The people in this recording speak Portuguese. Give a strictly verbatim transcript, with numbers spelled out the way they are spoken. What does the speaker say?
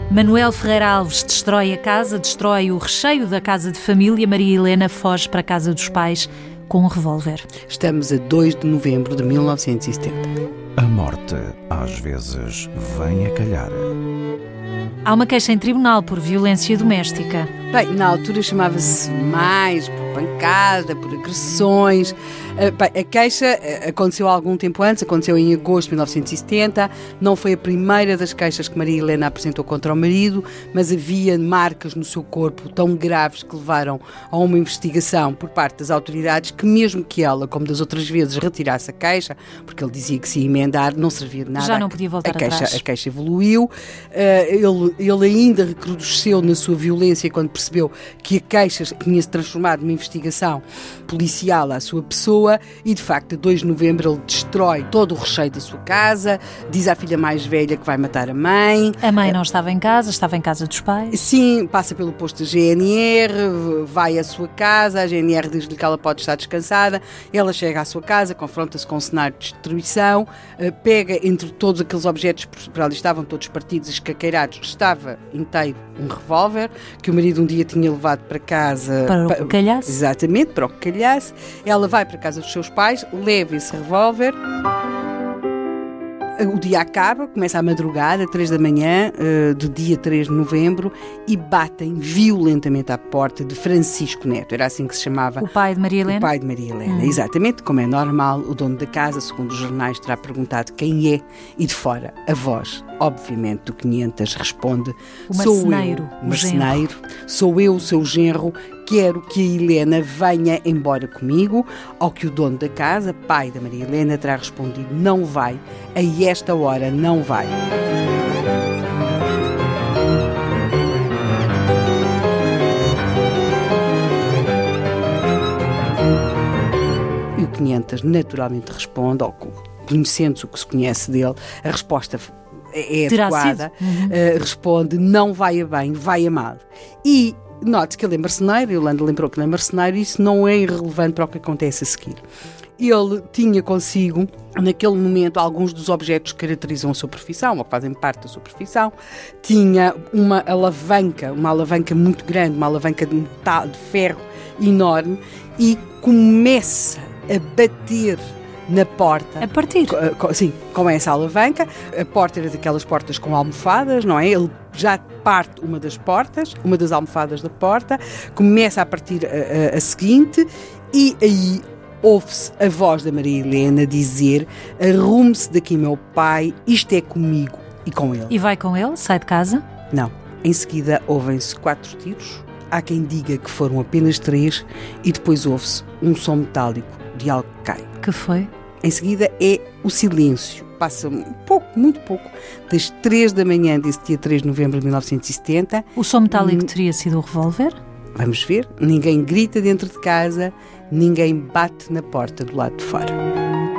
Manuel Ferreira Alves destrói a casa, destrói o recheio da casa de família. Maria Helena foge para a casa dos pais com um revólver. Estamos a dois de novembro de mil novecentos e setenta. A morte, às vezes, vem a calhar. Há uma queixa em tribunal por violência doméstica. Bem, na altura chamava-se mais por pancada, por agressões. Uh, bem, a queixa aconteceu há algum tempo antes, aconteceu em agosto de mil novecentos e setenta. Não foi a primeira das queixas que Maria Helena apresentou contra o marido, mas havia marcas no seu corpo tão graves que levaram a uma investigação por parte das autoridades que, mesmo que ela, como das outras vezes, retirasse a queixa, porque ele dizia que se ia emendar, não servia de nada. Já não podia voltar a queixa, atrás. A queixa evoluiu. Uh, ele, ele ainda recrudesceu na sua violência quando percebeu que a queixa tinha-se transformado numa investigação policial à sua pessoa e, de facto, a dois de novembro ele destrói todo o recheio da sua casa, diz à filha mais velha que vai matar a mãe. A mãe não estava em casa, estava em casa dos pais. Sim, passa pelo posto da G N R, vai à sua casa, a G N R diz-lhe que ela pode estar descansada, ela chega à sua casa, confronta-se com um cenário de destruição, pega entre todos aqueles objetos que por ali estavam todos partidos e escaqueirados, estava inteiro um revólver, que o marido um dia tinha levado para casa. Para o que calhasse. Exatamente, para o que calhasse. Ela vai para a casa dos seus pais, leva esse revólver. O dia acaba, começa a madrugada, três da manhã, uh, do dia três de novembro, e batem violentamente à porta de Francisco Neto, era assim que se chamava. O pai de Maria Helena? O pai de Maria Helena, hum. Exatamente, como é normal, o dono da casa, segundo os jornais, terá perguntado quem é, e de fora, a voz, obviamente, do quinhentos responde: o sou marceneiro, eu, o marceneiro, sou eu, o seu genro, quero que a Helena venha embora comigo. Ao que o dono da casa, pai da Maria Helena, terá respondido: não vai, a esta hora não vai. E o quinhentos naturalmente responde, ou conhecendo o que se conhece dele, a resposta é adequada, uhum. uh, responde: não vai a bem, vai a mal. E note que ele é marceneiro, Yolanda lembrou que ele é marceneiro, e isso não é irrelevante para o que acontece a seguir. Ele tinha consigo, naquele momento, alguns dos objetos que caracterizam a sua profissão, ou que fazem parte da sua profissão. Tinha uma alavanca, uma alavanca muito grande, uma alavanca de metal, de ferro enorme, e começa a bater na porta. A partir? Com, sim, com essa alavanca. A porta era daquelas portas com almofadas, não é? Ele já parte uma das portas, uma das almofadas da porta, começa a partir a, a, a seguinte, e aí ouve-se a voz da Maria Helena dizer: arrume-se daqui, meu pai, isto é comigo e com ele. E vai com ele? Sai de casa? Não. Em seguida ouvem-se quatro tiros. Há quem diga que foram apenas três, e depois ouve-se um som metálico de algo que cai. Que foi? Em seguida é o silêncio. Passa um pouco, muito pouco, das três da manhã desse dia três de novembro de mil novecentos e setenta. O som metálico hum, teria sido o revólver? Vamos ver. Ninguém grita dentro de casa, ninguém bate na porta do lado de fora.